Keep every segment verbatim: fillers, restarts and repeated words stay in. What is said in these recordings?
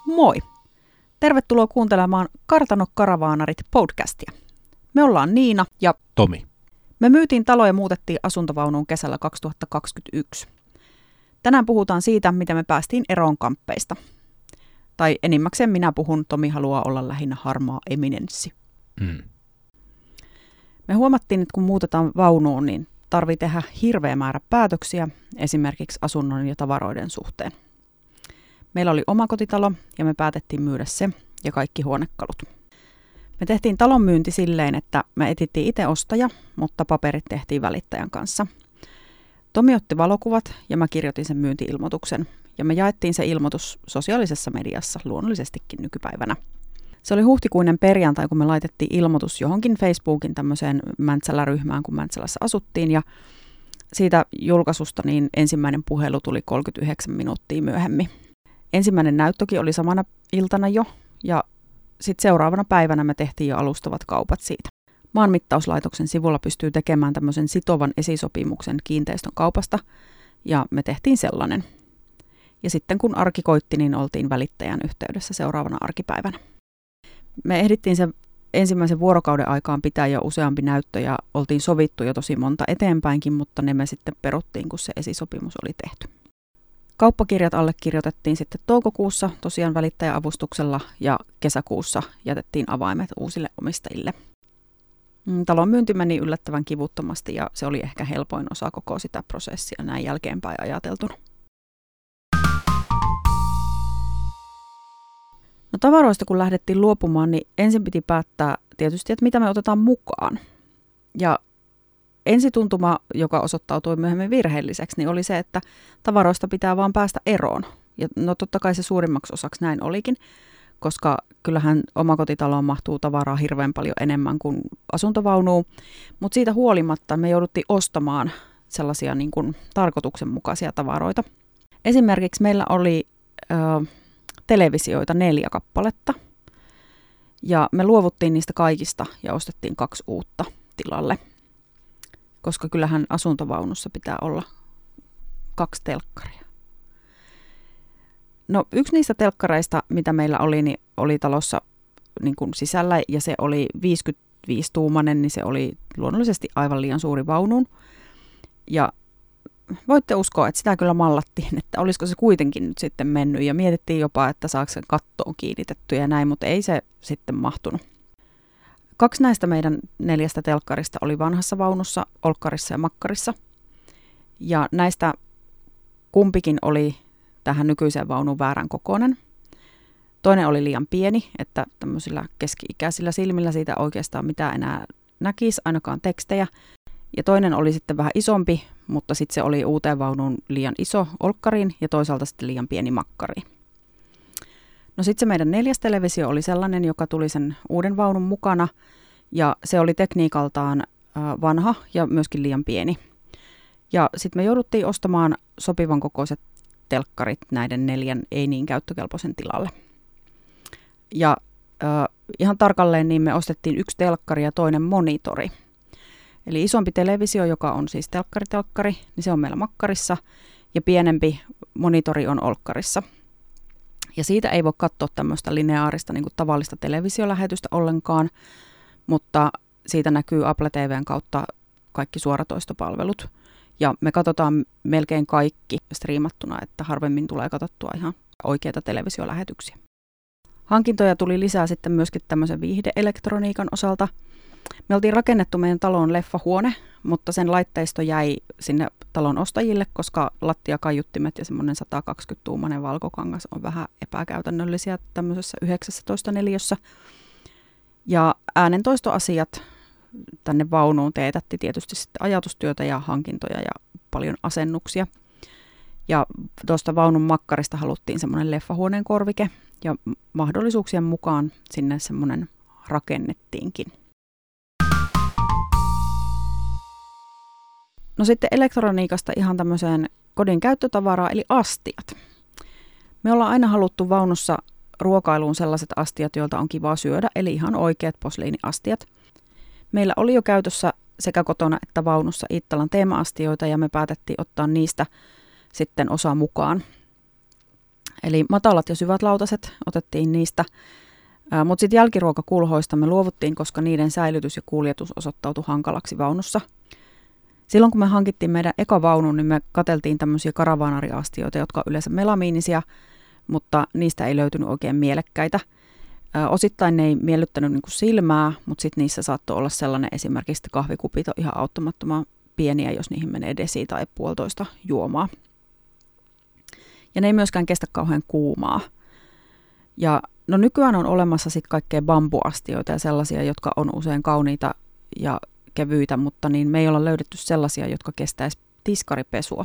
Moi! Tervetuloa kuuntelemaan Kartano-karavaanarit podcastia. Me ollaan Niina ja Tomi. Me myytiin talo ja muutettiin asuntovaunuun kesällä kaksituhattakaksikymmentäyksi. Tänään puhutaan siitä, miten me päästiin eroon kamppeista. Tai enimmäkseen minä puhun, Tomi haluaa olla lähinnä harmaa eminenssi. Mm. Me huomattiin, että kun muutetaan vaunuun, niin tarvii tehdä hirveä määrä päätöksiä, esimerkiksi asunnon ja tavaroiden suhteen. Meillä oli omakotitalo ja me päätettiin myydä se ja kaikki huonekalut. Me tehtiin talon myynti silleen, että me etittiin itse ostaja, mutta paperit tehtiin välittäjän kanssa. Tomi otti valokuvat ja mä kirjoitin sen myynti-ilmoituksen ja me jaettiin se ilmoitus sosiaalisessa mediassa luonnollisestikin nykypäivänä. Se oli huhtikuinen perjantai, kun me laitettiin ilmoitus johonkin Facebookin tämmöiseen Mäntsälä-ryhmään, kun Mäntsälässä asuttiin ja siitä julkaisusta niin ensimmäinen puhelu tuli kolmekymmentäyhdeksän minuuttia myöhemmin. Ensimmäinen näyttökin oli samana iltana jo ja sitten seuraavana päivänä me tehtiin jo alustavat kaupat siitä. Maanmittauslaitoksen sivulla pystyy tekemään tämmöisen sitovan esisopimuksen kiinteistön kaupasta ja me tehtiin sellainen. Ja sitten kun arki koitti, niin oltiin välittäjän yhteydessä seuraavana arkipäivänä. Me ehdittiin sen ensimmäisen vuorokauden aikaan pitää jo useampi näyttö ja oltiin sovittu jo tosi monta eteenpäinkin, mutta ne me sitten peruttiin, kun se esisopimus oli tehty. Kauppakirjat allekirjoitettiin sitten toukokuussa tosiaan välittäjäavustuksella ja kesäkuussa jätettiin avaimet uusille omistajille. Talon myynti meni yllättävän kivuttomasti ja se oli ehkä helpoin osa koko sitä prosessia näin jälkeenpäin ajateltuna. No tavaroista kun lähdettiin luopumaan, niin ensin piti päättää tietysti, että mitä me otetaan mukaan. Ja ensituntuma, joka osoittautui myöhemmin virheelliseksi, niin oli se, että tavaroista pitää vaan päästä eroon. Ja no totta kai se suurimmaksi osaksi näin olikin, koska kyllähän omakotitaloon mahtuu tavaraa hirveän paljon enemmän kuin asuntovaunuun. Mutta siitä huolimatta me jouduttiin ostamaan sellaisia niin kuin tarkoituksenmukaisia tavaroita. Esimerkiksi meillä oli ö, televisioita neljä kappaletta ja me luovuttiin niistä kaikista ja ostettiin kaksi uutta tilalle. Koska kyllähän asuntovaunussa pitää olla kaksi telkkaria. No yksi niistä telkkareista, mitä meillä oli, niin oli talossa niin kuin sisällä ja se oli viisikymmentäviisi tuumainen, niin se oli luonnollisesti aivan liian suuri vaunuun. Ja voitte uskoa, että sitä kyllä mallattiin, että olisiko se kuitenkin nyt sitten mennyt ja mietittiin jopa, että saako sen kattoon kiinnitetty ja näin, mutta ei se sitten mahtunut. Kaksi näistä meidän neljästä telkkarista oli vanhassa vaunussa, olkkarissa ja makkarissa. Ja näistä kumpikin oli tähän nykyiseen vaunuun väärän kokoinen. Toinen oli liian pieni, että tämmöisillä keski-ikäisillä silmillä siitä oikeastaan mitään enää näkisi, ainakaan tekstejä. Ja toinen oli sitten vähän isompi, mutta sitten se oli uuteen vaunuun liian iso olkkariin ja toisaalta sitten liian pieni makkariin. No sitten se meidän neljäs televisio oli sellainen, joka tuli sen uuden vaunun mukana ja se oli tekniikaltaan vanha ja myöskin liian pieni. Ja sitten me jouduttiin ostamaan sopivan kokoiset telkkarit näiden neljän ei niin käyttökelpoisen tilalle. Ja äh, ihan tarkalleen niin me ostettiin yksi telkkari ja toinen monitori. Eli isompi televisio, joka on siis telkkaritelkkari, niin se on meillä makkarissa ja pienempi monitori on olkkarissa. Ja siitä ei voi katsoa tämmöistä lineaarista niin kuin tavallista televisiolähetystä ollenkaan, mutta siitä näkyy Apple T V:n kautta kaikki suoratoistopalvelut. Ja me katsotaan melkein kaikki striimattuna, että harvemmin tulee katsottua ihan oikeita televisiolähetyksiä. Hankintoja tuli lisää sitten myöskin tämmöisen viihdeelektroniikan osalta. Me oltiin rakennettu meidän talon leffahuone, mutta sen laitteisto jäi sinne talon ostajille, koska lattiakaiuttimet ja semmoinen sata kaksikymmentä tuumainen valkokangas on vähän epäkäytännöllisiä tämmöisessä yhdeksäntoista neliössä. Ja äänentoistoasiat tänne vaunuun teetätti tietysti sitten ajatustyötä ja hankintoja ja paljon asennuksia. Ja tuosta vaunun makkarista haluttiin semmoinen leffahuoneen korvike ja mahdollisuuksien mukaan sinne semmoinen rakennettiinkin. No sitten elektroniikasta ihan tämmöiseen kodin käyttötavaraa eli astiat. Me ollaan aina haluttu vaunussa ruokailuun sellaiset astiat, joilta on kiva syödä, eli ihan oikeat posliiniastiat. Meillä oli jo käytössä sekä kotona että vaunussa Iittalan teema-astioita ja me päätettiin ottaa niistä sitten osa mukaan. Eli matalat ja syvät lautaset otettiin niistä, mutta sitten jälkiruokakulhoista me luovuttiin, koska niiden säilytys ja kuljetus osoittautui hankalaksi vaunussa. Silloin kun me hankittiin meidän eka vaunu, niin me katseltiin tämmöisiä karavaanariastioita, jotka on yleensä melamiinisia, mutta niistä ei löytynyt oikein mielekkäitä. Ö, osittain ne ei miellyttänyt niin kuin silmää, mutta sitten niissä saattoi olla sellainen esimerkiksi, että kahvikupit on ihan auttamattoman pieniä, jos niihin menee desi tai puolitoista juomaa. Ja ne ei myöskään kestä kauhean kuumaa. Ja no nykyään on olemassa sitten kaikkea bambuastioita ja sellaisia, jotka on usein kauniita ja kevyitä, mutta niin me ei olla löydetty sellaisia, jotka kestäisi tiskaripesua.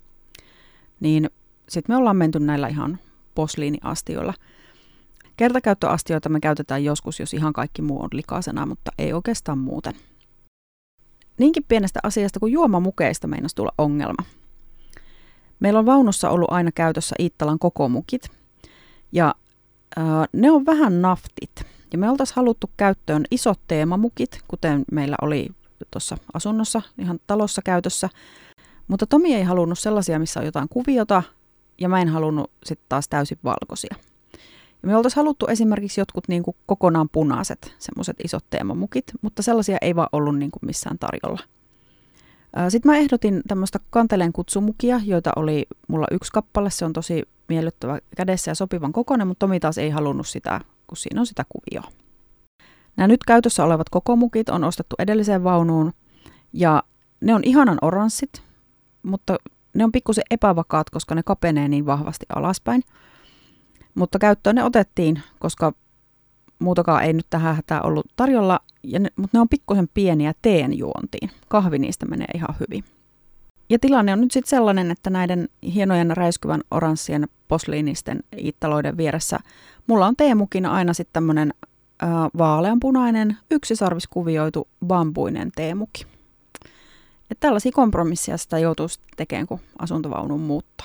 Niin sitten me ollaan menty näillä ihan posliiniastioilla. Kertakäyttöastioita me käytetään joskus, jos ihan kaikki muu on likaisena, mutta ei oikeastaan muuten. Niinkin pienestä asiasta kuin juomamukeista meinasi tulla ongelma. Meillä on vaunussa ollut aina käytössä Iittalan kokomukit, ja äh, ne on vähän naftit. Ja me oltaisiin haluttu käyttöön isot teemamukit, kuten meillä oli tuossa asunnossa, ihan talossa käytössä. Mutta Tomi ei halunnut sellaisia, missä on jotain kuviota, ja mä en halunnut sitten taas täysin valkoisia. Ja me oltaisiin haluttu esimerkiksi jotkut niin kuin kokonaan punaiset, semmoiset isot teemamukit, mutta sellaisia ei vaan ollut niin kuin missään tarjolla. Sitten mä ehdotin tämmöistä kanteleen kutsumukia, joita oli mulla yksi kappale. Se on tosi miellyttävä kädessä ja sopivan kokoinen, mutta Tomi taas ei halunnut sitä, kun siinä on sitä kuvioa. Nämä nyt käytössä olevat kokomukit on ostettu edelliseen vaunuun ja ne on ihanan oranssit, mutta ne on pikkusen epävakaat, koska ne kapenee niin vahvasti alaspäin. Mutta käyttöön ne otettiin, koska muutakaan ei nyt tähän hätään ollut tarjolla, ja ne, mutta ne on pikkusen pieniä teen juontiin. Kahvi niistä menee ihan hyvin. Ja tilanne on nyt sitten sellainen, että näiden hienojen räiskyvän oranssien posliinisten iittaloiden vieressä mulla on teemukina aina sitten tämmöinen vaaleanpunainen, yksisarviskuvioitu bambuinen teemuki. Ja tällaisia kompromisseja sitä joutuu sitten tekemään, kun asuntovaunun muuttaa.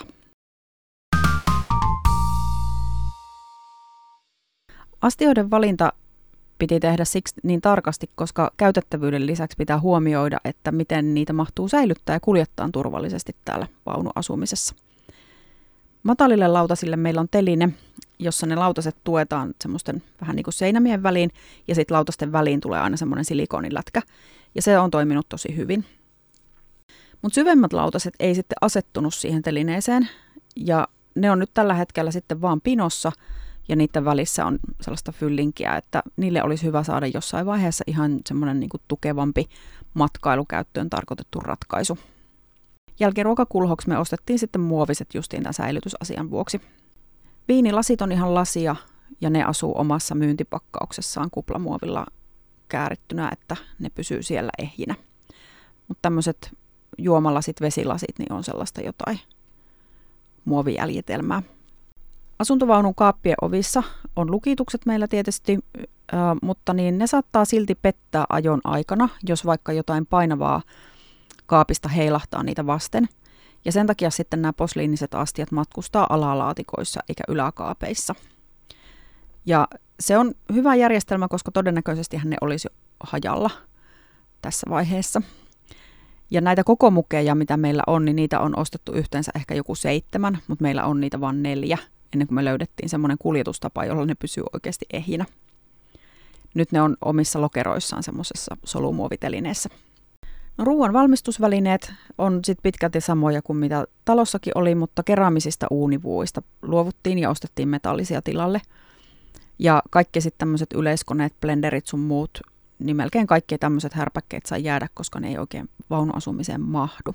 Astioiden valinta piti tehdä siksi niin tarkasti, koska käytettävyyden lisäksi pitää huomioida, että miten niitä mahtuu säilyttää ja kuljettaa turvallisesti täällä vaunuasumisessa. Matalille lautasille meillä on teline, jossa ne lautaset tuetaan semmoisten vähän niin kuin seinämien väliin, ja sitten lautasten väliin tulee aina semmoinen silikonilätkä, ja se on toiminut tosi hyvin. Mutta syvemmät lautaset ei sitten asettunut siihen telineeseen, ja ne on nyt tällä hetkellä sitten vaan pinossa, ja niiden välissä on sellaista fyllinkiä, että niille olisi hyvä saada jossain vaiheessa ihan semmoinen niin kuin tukevampi matkailukäyttöön tarkoitettu ratkaisu. Jälkiruokakulhoksi me ostettiin sitten muoviset justiin tämän säilytysasian vuoksi. Viinilasit on ihan lasia ja ne asuu omassa myyntipakkauksessaan kuplamuovilla käärittynä, että ne pysyy siellä ehjinä. Mutta tämmöiset juomalasit, vesilasit, niin on sellaista jotain muovijäljitelmää. Asuntovaunun kaappien ovissa on lukitukset meillä tietysti, äh, mutta niin ne saattaa silti pettää ajon aikana, jos vaikka jotain painavaa kaapista heilahtaa niitä vasten. Ja sen takia sitten nämä posliiniset astiat matkustaa alalaatikoissa eikä yläkaapeissa. Ja se on hyvä järjestelmä, koska todennäköisesti ne olisi hajalla tässä vaiheessa. Ja näitä kokomukeja, mitä meillä on, niin niitä on ostettu yhteensä ehkä joku seitsemän, mutta meillä on niitä vain neljä, ennen kuin me löydettiin semmoinen kuljetustapa, jolla ne pysyy oikeasti ehjinä. Nyt ne on omissa lokeroissaan semmoisessa solumuovitelineessä. No, ruoan valmistusvälineet on sitten pitkälti samoja kuin mitä talossakin oli, mutta keraamisista uunivuista luovuttiin ja ostettiin metallisia tilalle. Ja kaikki sitten tämmöiset yleiskoneet, blenderit sun muut, niin melkein kaikki tämmöiset härpäkkeet saa jäädä, koska ne ei oikein vaunuasumiseen mahdu.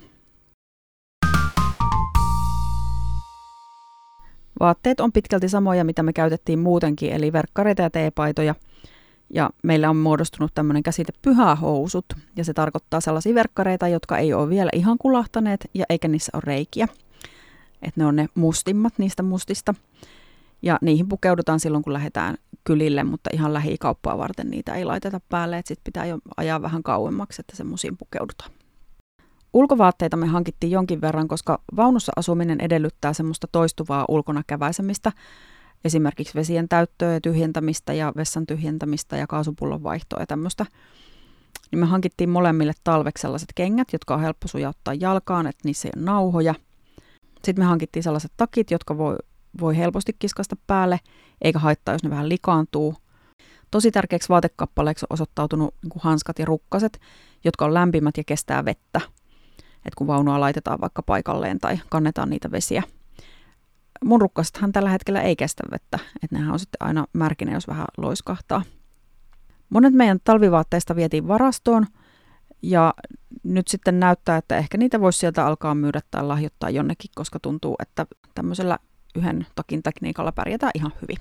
Vaatteet on pitkälti samoja, mitä me käytettiin muutenkin, eli verkkareita ja teepaitoja. Ja meillä on muodostunut tämmöinen käsite pyhähousut, ja se tarkoittaa sellaisia verkkareita, jotka ei ole vielä ihan kulahtaneet, ja eikä niissä ole reikiä. Että ne on ne mustimmat niistä mustista. Ja niihin pukeudutaan silloin, kun lähdetään kylille, mutta ihan lähikauppaa varten niitä ei laiteta päälle, että sitten pitää jo ajaa vähän kauemmaksi, että semmoisiin pukeudutaan. Ulkovaatteita me hankittiin jonkin verran, koska vaunussa asuminen edellyttää semmoista toistuvaa ulkona käväisemistä, esimerkiksi vesien täyttöä ja tyhjentämistä ja vessan tyhjentämistä ja kaasupullon vaihtoa ja tämmöistä. Niin me hankittiin molemmille talveksi sellaiset kengät, jotka on helppo sujauttaa jalkaan, että niissä ei ole nauhoja. Sitten me hankittiin sellaiset takit, jotka voi voi helposti kiskasta päälle, eikä haittaa, jos ne vähän likaantuu. Tosi tärkeäksi vaatekappaleeksi on osoittautunut niin kuin hanskat ja rukkaset, jotka on lämpimät ja kestää vettä. Et kun vaunua laitetaan vaikka paikalleen tai kannetaan niitä vesiä. Mun rukkasethan tällä hetkellä ei kestä vettä, että nehän on sitten aina märkinä, jos vähän loiskahtaa. Monet meidän talvivaatteista vietiin varastoon ja nyt sitten näyttää, että ehkä niitä voisi sieltä alkaa myydä tai lahjoittaa jonnekin, koska tuntuu, että tämmöisellä yhden takin tekniikalla pärjätään ihan hyvin.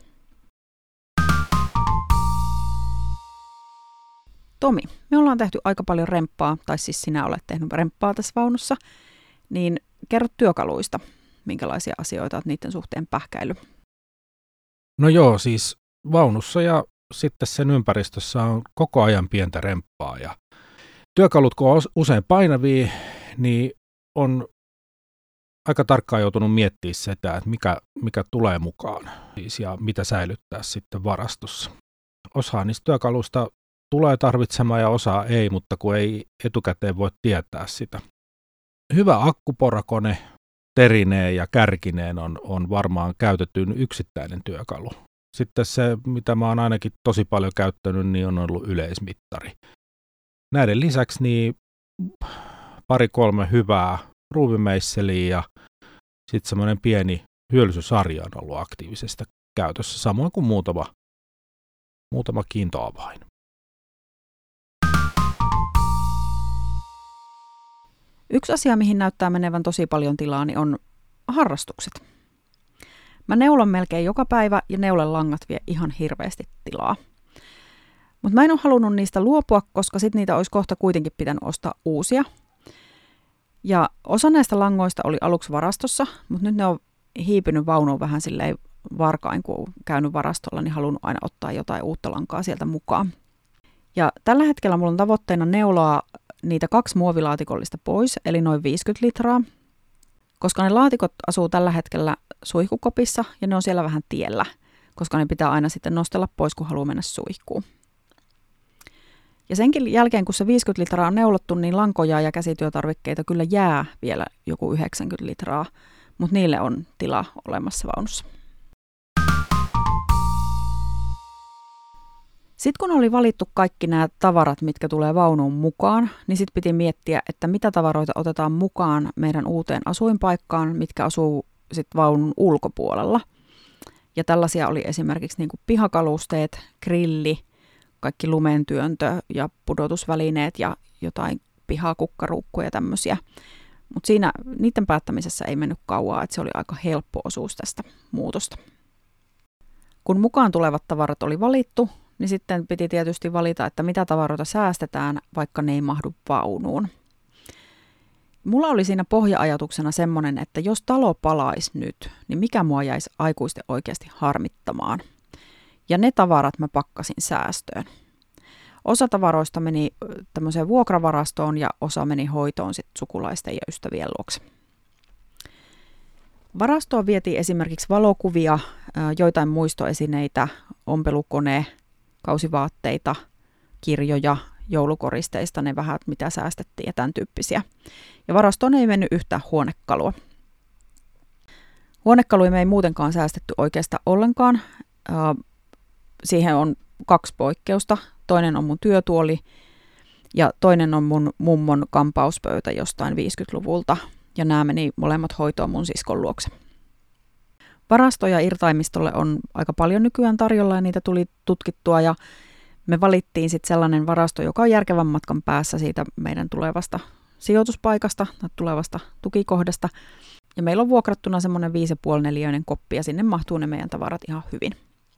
Tomi, me ollaan tehty aika paljon remppaa, tai siis sinä olet tehnyt remppaa tässä vaunussa, niin kerro työkaluista, minkälaisia asioita olet niiden suhteen pähkäily? No joo, siis vaunussa ja sitten sen ympäristössä on koko ajan pientä remppaa ja työkalut, kun on usein painavia, niin on aika tarkkaan joutunut miettimään sitä, että mikä, mikä tulee mukaan siis ja mitä säilyttää sitten varastossa. Osa niistä työkaluista tulee tarvitsemaan ja osaa ei, mutta kun ei etukäteen voi tietää sitä. Hyvä akkuporakone terineen ja kärkineen on, on varmaan käytetyn yksittäinen työkalu. Sitten se, mitä mä oon ainakin tosi paljon käyttänyt, niin on ollut yleismittari. Näiden lisäksi niin pari-kolme hyvää ruuvimeisseliä ja sitten semmoinen pieni hyölysyysarja on ollut aktiivisesti käytössä, samoin kuin muutama, muutama kiintoavain. Yksi asia, mihin näyttää menevän tosi paljon tilaa, niin on harrastukset. Mä neulon melkein joka päivä ja neulen langat vie ihan hirveästi tilaa. Mutta mä en ole halunnut niistä luopua, koska sit niitä olisi kohta kuitenkin pitänyt ostaa uusia. Ja osa näistä langoista oli aluksi varastossa, mutta nyt ne on hiipynyt vaunuun vähän silleen varkain, kun on käynyt varastolla, niin halunnut aina ottaa jotain uutta lankaa sieltä mukaan. Ja tällä hetkellä mulla on tavoitteena neuloa niitä kaksi muovilaatikollista pois, eli noin viisikymmentä litraa, koska ne laatikot asuu tällä hetkellä suihkukopissa ja ne on siellä vähän tiellä, koska ne pitää aina sitten nostella pois, kun haluaa mennä suihkuun. Ja senkin jälkeen, kun se viisikymmentä litraa on neulottu, niin lankoja ja käsityötarvikkeita kyllä jää vielä joku yhdeksänkymmentä litraa, mutta niille on tila olemassa vaunussa. Sitten kun oli valittu kaikki nämä tavarat, mitkä tulee vaunuun mukaan, niin sitten piti miettiä, että mitä tavaroita otetaan mukaan meidän uuteen asuinpaikkaan, mitkä asuu sitten vaunun ulkopuolella. Ja tällaisia oli esimerkiksi niin kuin pihakalusteet, grilli, kaikki lumentyöntö ja pudotusvälineet ja jotain pihakukkaruukkuja ja tämmöisiä. Mutta siinä niiden päättämisessä ei mennyt kauaa, että se oli aika helppo osuus tästä muutosta. Kun mukaan tulevat tavarat oli valittu, niin sitten piti tietysti valita, että mitä tavaroita säästetään, vaikka ne ei mahdu vaunuun. Mulla oli siinä pohja-ajatuksena semmoinen, että jos talo palaisi nyt, niin mikä mua jäisi aikuisten oikeasti harmittamaan. Ja ne tavarat mä pakkasin säästöön. Osa tavaroista meni tämmöiseen vuokravarastoon ja osa meni hoitoon sit sukulaisten ja ystävien luokse. Varastoon vietiin esimerkiksi valokuvia, joitain muistoesineitä, ompelukone, kausivaatteita, kirjoja, joulukoristeista, ne vähät mitä säästettiin ja tämän tyyppisiä. Ja varastoon ei mennyt yhtään huonekalua. Huonekaluja me ei muutenkaan säästetty oikeastaan ollenkaan. Siihen on kaksi poikkeusta. Toinen on mun työtuoli ja toinen on mun mummon kampauspöytä jostain viisikymmentäluvulta. Ja nämä meni molemmat hoitoon mun siskon luokse. Varastoja irtaimistolle on aika paljon nykyään tarjolla ja niitä tuli tutkittua ja me valittiin sitten sellainen varasto, joka on järkevän matkan päässä siitä meidän tulevasta sijoituspaikasta tai tulevasta tukikohdasta. Ja meillä on vuokrattuna semmoinen viisi pilkku viisi neliöinen koppi ja sinne mahtuu ne meidän tavarat ihan hyvin.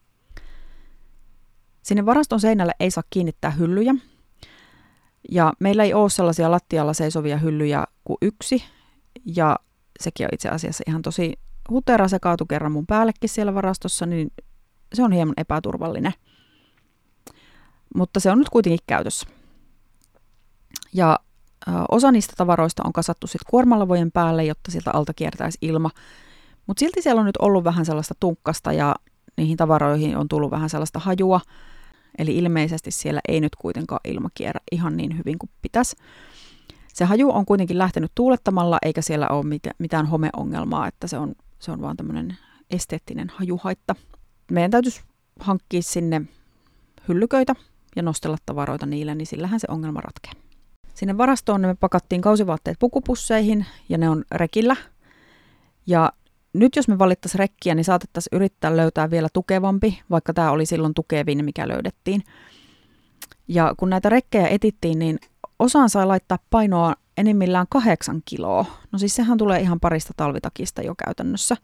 Sinne varaston seinälle ei saa kiinnittää hyllyjä ja meillä ei ole sellaisia lattialla seisovia hyllyjä kuin yksi ja sekin on itse asiassa ihan tosi hutera, se kaatui kerran mun päällekin siellä varastossa, niin se on hieman epäturvallinen. Mutta se on nyt kuitenkin käytössä. Ja ö, osa niistä tavaroista on kasattu sitten kuormalavojen päälle, jotta sieltä alta kiertäisi ilma. Mutta silti siellä on nyt ollut vähän sellaista tunkkasta ja niihin tavaroihin on tullut vähän sellaista hajua. Eli ilmeisesti siellä ei nyt kuitenkaan ilma kierrä ihan niin hyvin kuin pitäisi. Se haju on kuitenkin lähtenyt tuulettamalla, eikä siellä ole mitään homeongelmaa, että se on, se on vaan tämmöinen esteettinen hajuhaitta. Meidän täytyisi hankkia sinne hyllyköitä ja nostella tavaroita niille, niin sillähän se ongelma ratkeaa. Sinne varastoon me pakattiin kausivaatteet pukupusseihin ja ne on rekillä. Ja nyt jos me valittaisiin rekkiä, niin saatettaisiin yrittää löytää vielä tukevampi, vaikka tämä oli silloin tukevin, mikä löydettiin. Ja kun näitä rekkejä etittiin, niin osaan sai laittaa painoa enimmillään kahdeksan kiloa. No siis sehän tulee ihan parista talvitakista jo käytännössä.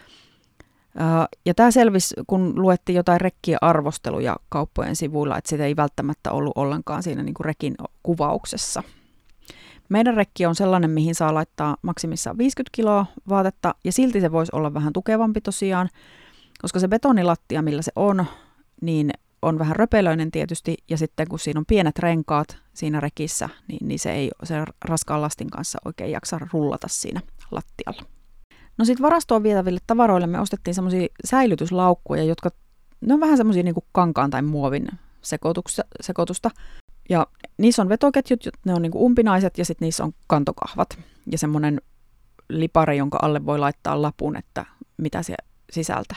Ja tämä selvisi, kun luettiin jotain rekkien arvosteluja kauppojen sivuilla, että sitä ei välttämättä ollut ollenkaan siinä niin kuin rekin kuvauksessa. Meidän rekki on sellainen, mihin saa laittaa maksimissaan viisikymmentä kiloa vaatetta, ja silti se voisi olla vähän tukevampi tosiaan, koska se betonilattia, millä se on, niin on vähän röpelöinen tietysti, ja sitten kun siinä on pienet renkaat siinä rekissä, niin, niin se ei se raskaan lastin kanssa oikein jaksa rullata siinä lattialla. No sitten varastoon vietäville tavaroille me ostettiin semmoisia säilytyslaukkuja, jotka ne on vähän semmoisia niin kuin kankaan tai muovin sekoitusta. Ja niissä on vetoketjut, ne on niin kuin umpinaiset ja sitten niissä on kantokahvat ja semmoinen lipari, jonka alle voi laittaa lapun, että mitä se sisältää.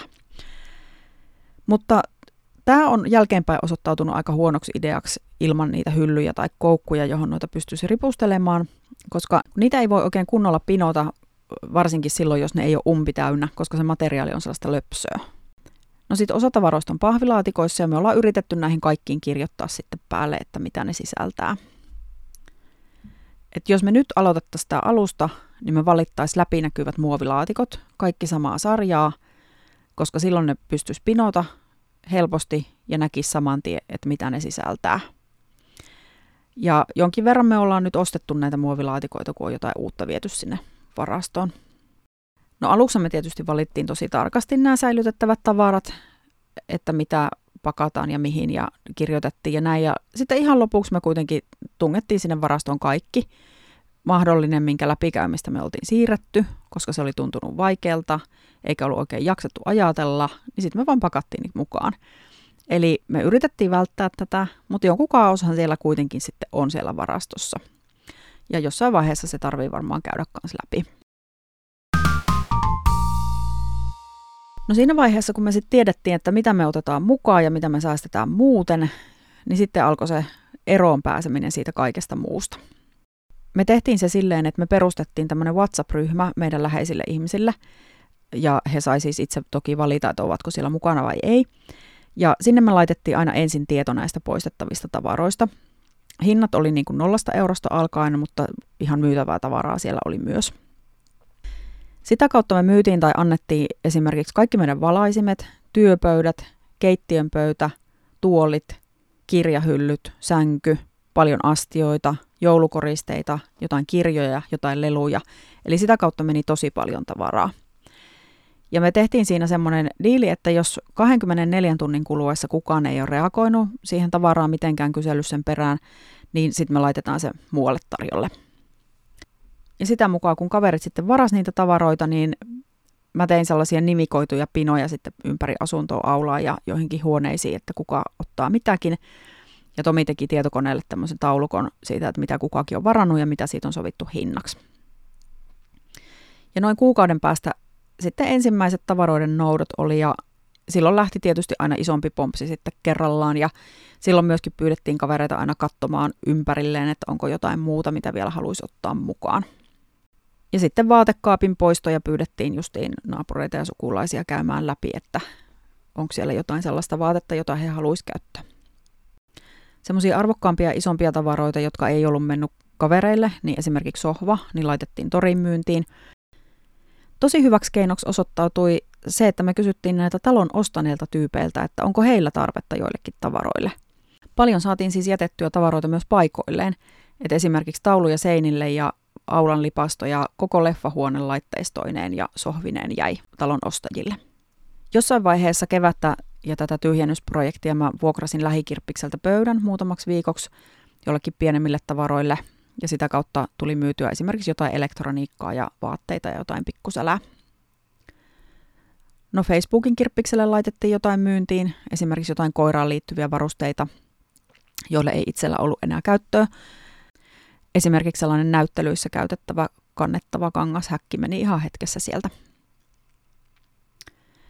Mutta tämä on jälkeenpäin osoittautunut aika huonoksi ideaksi ilman niitä hyllyjä tai koukkuja, johon noita pystyisi ripustelemaan, koska niitä ei voi oikein kunnolla pinota, varsinkin silloin, jos ne ei ole umpi täynnä, koska se materiaali on sellaista löpsöä. No sitten osa tavaroista on pahvilaatikoissa ja me ollaan yritetty näihin kaikkiin kirjoittaa sitten päälle, että mitä ne sisältää. Et jos me nyt aloitettaisiin sitä alusta, niin me valittaisiin läpinäkyvät muovilaatikot, kaikki samaa sarjaa, koska silloin ne pystyisi pinota helposti ja näkisi saman tien, että mitä ne sisältää. Ja jonkin verran me ollaan nyt ostettu näitä muovilaatikoita, kun on jotain uutta viety sinne varastoon. No aluksi me tietysti valittiin tosi tarkasti nämä säilytettävät tavarat, että mitä pakataan ja mihin ja kirjoitettiin ja näin. Ja sitten ihan lopuksi me kuitenkin tungettiin sinne varastoon kaikki mahdollinen, minkä läpikäymistä me oltiin siirretty, koska se oli tuntunut vaikealta, eikä ollut oikein jaksettu ajatella, niin sitten me vaan pakattiin niitä mukaan. Eli me yritettiin välttää tätä, mutta jonkun osahan siellä kuitenkin sitten on siellä varastossa. Ja jossain vaiheessa se tarvii varmaan käydä kans läpi. No siinä vaiheessa, kun me sitten tiedettiin, että mitä me otetaan mukaan ja mitä me säästetään muuten, niin sitten alkoi se eroon pääseminen siitä kaikesta muusta. Me tehtiin se silleen, että me perustettiin tämmöinen WhatsApp-ryhmä meidän läheisille ihmisille, ja he sai siis itse toki valita, että ovatko siellä mukana vai ei. Ja sinne me laitettiin aina ensin tieto näistä poistettavista tavaroista. Hinnat oli niin kuin nollasta eurosta alkaen, mutta ihan myytävää tavaraa siellä oli myös. Sitä kautta me myytiin tai annettiin esimerkiksi kaikki meidän valaisimet, työpöydät, keittiönpöytä, tuolit, kirjahyllyt, sänky, paljon astioita, joulukoristeita, jotain kirjoja, jotain leluja. Eli sitä kautta meni tosi paljon tavaraa. Ja me tehtiin siinä semmoinen diili, että jos kaksikymmentäneljä tunnin kuluessa kukaan ei ole reagoinut siihen tavaraan mitenkään kysellyt sen perään, niin sitten me laitetaan se muualle tarjolle. Ja sitä mukaan, kun kaverit sitten varasi niitä tavaroita, niin mä tein sellaisia nimikoituja pinoja sitten ympäri asuntoa, aulaa ja joihinkin huoneisiin, että kuka ottaa mitäkin. Ja Tomi teki tietokoneelle tämmöisen taulukon siitä, että mitä kukakin on varannut ja mitä siitä on sovittu hinnaksi. Ja noin kuukauden päästä sitten ensimmäiset tavaroiden noudot oli ja silloin lähti tietysti aina isompi pompsi sitten kerrallaan ja silloin myöskin pyydettiin kavereita aina katsomaan ympärilleen, että onko jotain muuta, mitä vielä haluaisi ottaa mukaan. Ja sitten vaatekaapin poistoja pyydettiin justiin naapureita ja sukulaisia käymään läpi, että onko siellä jotain sellaista vaatetta, jota he haluaisivat käyttää. Semmoisia arvokkaampia ja isompia tavaroita, jotka ei ollut mennyt kavereille, niin esimerkiksi sohva, niin laitettiin torin myyntiin. Tosi hyväksi keinoksi osoittautui se, että me kysyttiin näitä talon ostaneilta tyypeiltä, että onko heillä tarvetta joillekin tavaroille. Paljon saatiin siis jätettyä tavaroita myös paikoilleen, että esimerkiksi tauluja seinille ja aulan lipasto ja koko leffahuone laitteistoineen ja sohvineen jäi talon ostajille. Jossain vaiheessa kevättä ja tätä tyhjennysprojektia mä vuokrasin lähikirppikseltä pöydän muutamaksi viikoksi jollekin pienemmille tavaroille ja sitä kautta tuli myytyä esimerkiksi jotain elektroniikkaa ja vaatteita ja jotain pikkusälää. No Facebookin kirppikselle laitettiin jotain myyntiin, esimerkiksi jotain koiraan liittyviä varusteita, joille ei itsellä ollut enää käyttöä. Esimerkiksi sellainen näyttelyissä käytettävä kannettava kangas häkki meni ihan hetkessä sieltä.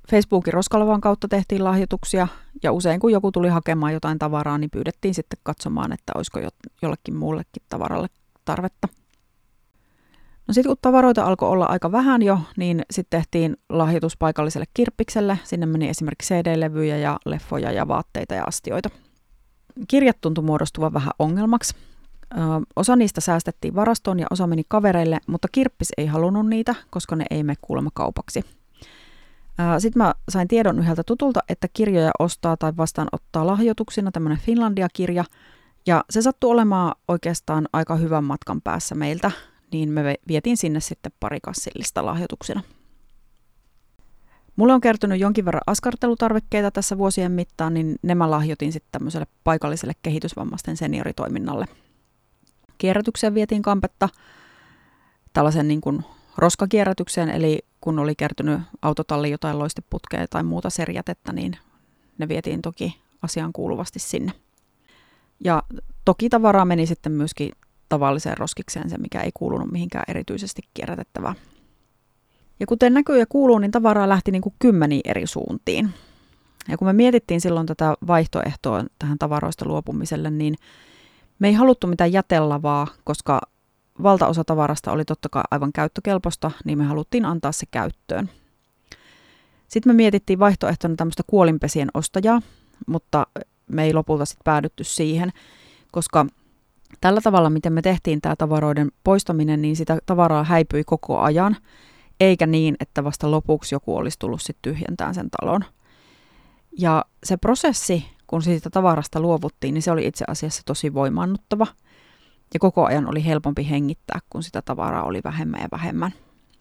Facebookin roskalavan kautta tehtiin lahjoituksia ja usein kun joku tuli hakemaan jotain tavaraa, niin pyydettiin sitten katsomaan, että olisiko jollekin muullekin tavaralle tarvetta. No sitten kun tavaroita alkoi olla aika vähän jo, niin sitten tehtiin lahjoitus paikalliselle kirppikselle. Sinne meni esimerkiksi C D-levyjä ja leffoja ja vaatteita ja astioita. Kirjat tuntui muodostuvan vähän ongelmaksi. Ö, osa niistä säästettiin varastoon ja osa meni kavereille, mutta kirppis ei halunnut niitä, koska ne ei mene kuulemma kaupaksi. Sitten mä sain tiedon yhdeltä tutulta, että kirjoja ostaa tai vastaanottaa lahjoituksina tämmöinen Finlandia-kirja. Ja se sattui olemaan oikeastaan aika hyvän matkan päässä meiltä, niin me vietiin sinne sitten pari kassillista lahjoituksina. Mulle on kertynyt jonkin verran askartelutarvikkeita tässä vuosien mittaan, niin ne mä lahjoitin sitten tämmöiselle paikalliselle kehitysvammaisten senioritoiminnalle. Kierrätykseen vietiin kampetta tällaisen niin kuin roskakierrätykseen, eli kun oli kertynyt autotalliin jotain loisteputkea tai muuta serjätettä, niin ne vietiin toki asiaan kuuluvasti sinne. Ja toki tavaraa meni sitten myöskin tavalliseen roskikseen, se mikä ei kuulunut mihinkään erityisesti kierrätettävää. Ja kuten näkyy ja kuuluu, niin tavaraa lähti niin kuin kymmeniin eri suuntiin. Ja kun me mietittiin silloin tätä vaihtoehtoa tähän tavaroista luopumiselle, niin me ei haluttu mitään jätelavaa, koska valtaosa tavarasta oli totta kai aivan käyttökelpoista, niin me haluttiin antaa se käyttöön. Sitten me mietittiin vaihtoehtona tämmöistä kuolinpesien ostajaa, mutta me ei lopulta sitten päädytty siihen, koska tällä tavalla, miten me tehtiin tämä tavaroiden poistaminen, niin sitä tavaraa häipyi koko ajan, eikä niin, että vasta lopuksi joku olisi tullut sitten tyhjentämään sen talon. Ja se prosessi, kun siitä tavarasta luovuttiin, niin se oli itse asiassa tosi voimaannuttava. Ja koko ajan oli helpompi hengittää, kun sitä tavaraa oli vähemmän ja vähemmän.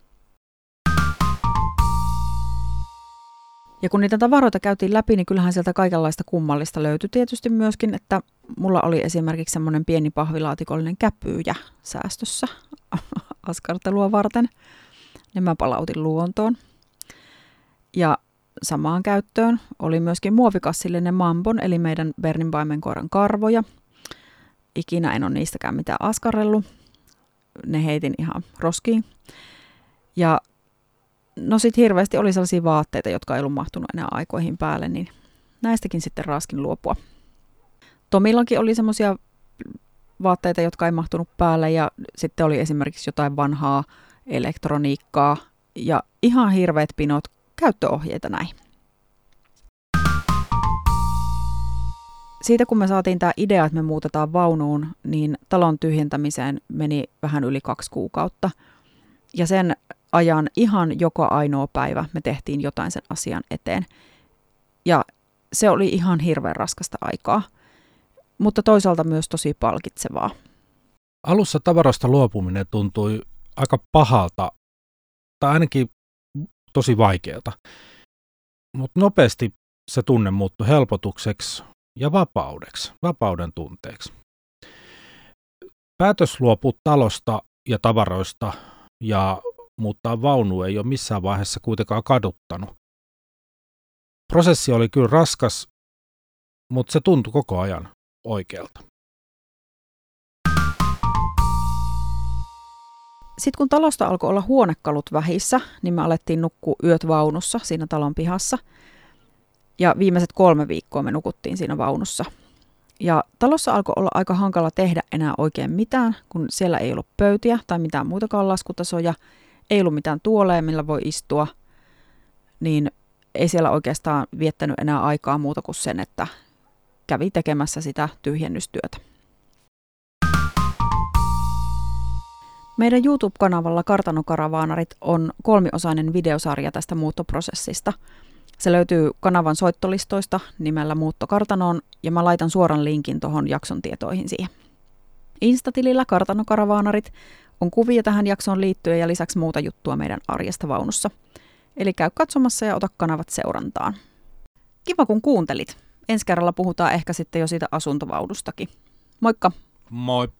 Ja kun niitä tavaroita käytiin läpi, niin kyllähän sieltä kaikenlaista kummallista löytyi tietysti myöskin, että mulla oli esimerkiksi semmoinen pieni pahvilaatikollinen käpyyjä säästössä askartelua varten. Ne mä palautin luontoon. Ja samaan käyttöön oli myöskin muovikassillinen Mambon, eli meidän Bernin paimenkoiran karvoja. Ikinä en ole niistäkään mitään askarellut. Ne heitin ihan roskiin. Ja no sit hirveästi oli sellaisia vaatteita, jotka ei ollut mahtunut enää aikoihin päälle, niin näistäkin sitten raaskin luopua. Tomillakin oli semmoisia vaatteita, jotka ei mahtunut päälle, ja sitten oli esimerkiksi jotain vanhaa elektroniikkaa ja ihan hirveät pinot käyttöohjeita näin. Siitä kun me saatiin tämä idea, että me muutetaan vaunuun, niin talon tyhjentämiseen meni vähän yli kaksi kuukautta. Ja sen ajan ihan joka ainoa päivä me tehtiin jotain sen asian eteen. Ja se oli ihan hirveän raskasta aikaa, mutta toisaalta myös tosi palkitsevaa. Alussa tavarasta luopuminen tuntui aika pahalta, tai ainakin tosi vaikealta. Mutta nopeasti se tunne muuttui helpotukseksi ja vapaudeksi, vapauden tunteeksi. Päätös luopua talosta ja tavaroista ja muuttaa vaunu ei ole missään vaiheessa kuitenkaan kaduttanut. Prosessi oli kyllä raskas, mutta se tuntui koko ajan oikealta. Sitten kun talosta alkoi olla huonekalut vähissä, niin me alettiin nukkua yöt vaunussa siinä talon pihassa. Ja viimeiset kolme viikkoa me nukuttiin siinä vaunussa. Ja talossa alkoi olla aika hankala tehdä enää oikein mitään, kun siellä ei ollut pöytiä tai mitään muitakaan laskutasoja. Ei ollut mitään tuoleja, millä voi istua. Niin ei siellä oikeastaan viettänyt enää aikaa muuta kuin sen, että kävi tekemässä sitä tyhjennystyötä. Meidän YouTube-kanavalla Kartanokaravaanarit on kolmiosainen videosarja tästä muuttoprosessista. Se löytyy kanavan soittolistoista nimellä Muutto Kartanoon, ja mä laitan suoran linkin tuohon jakson tietoihin siihen. Instatilillä Kartanokaravaanarit on kuvia tähän jaksoon liittyen ja lisäksi muuta juttua meidän arjesta vaunussa. Eli käy katsomassa ja ota kanavat seurantaan. Kiva kun kuuntelit. Ensi kerralla puhutaan ehkä sitten jo siitä asuntovaunustakin. Moikka! Moi!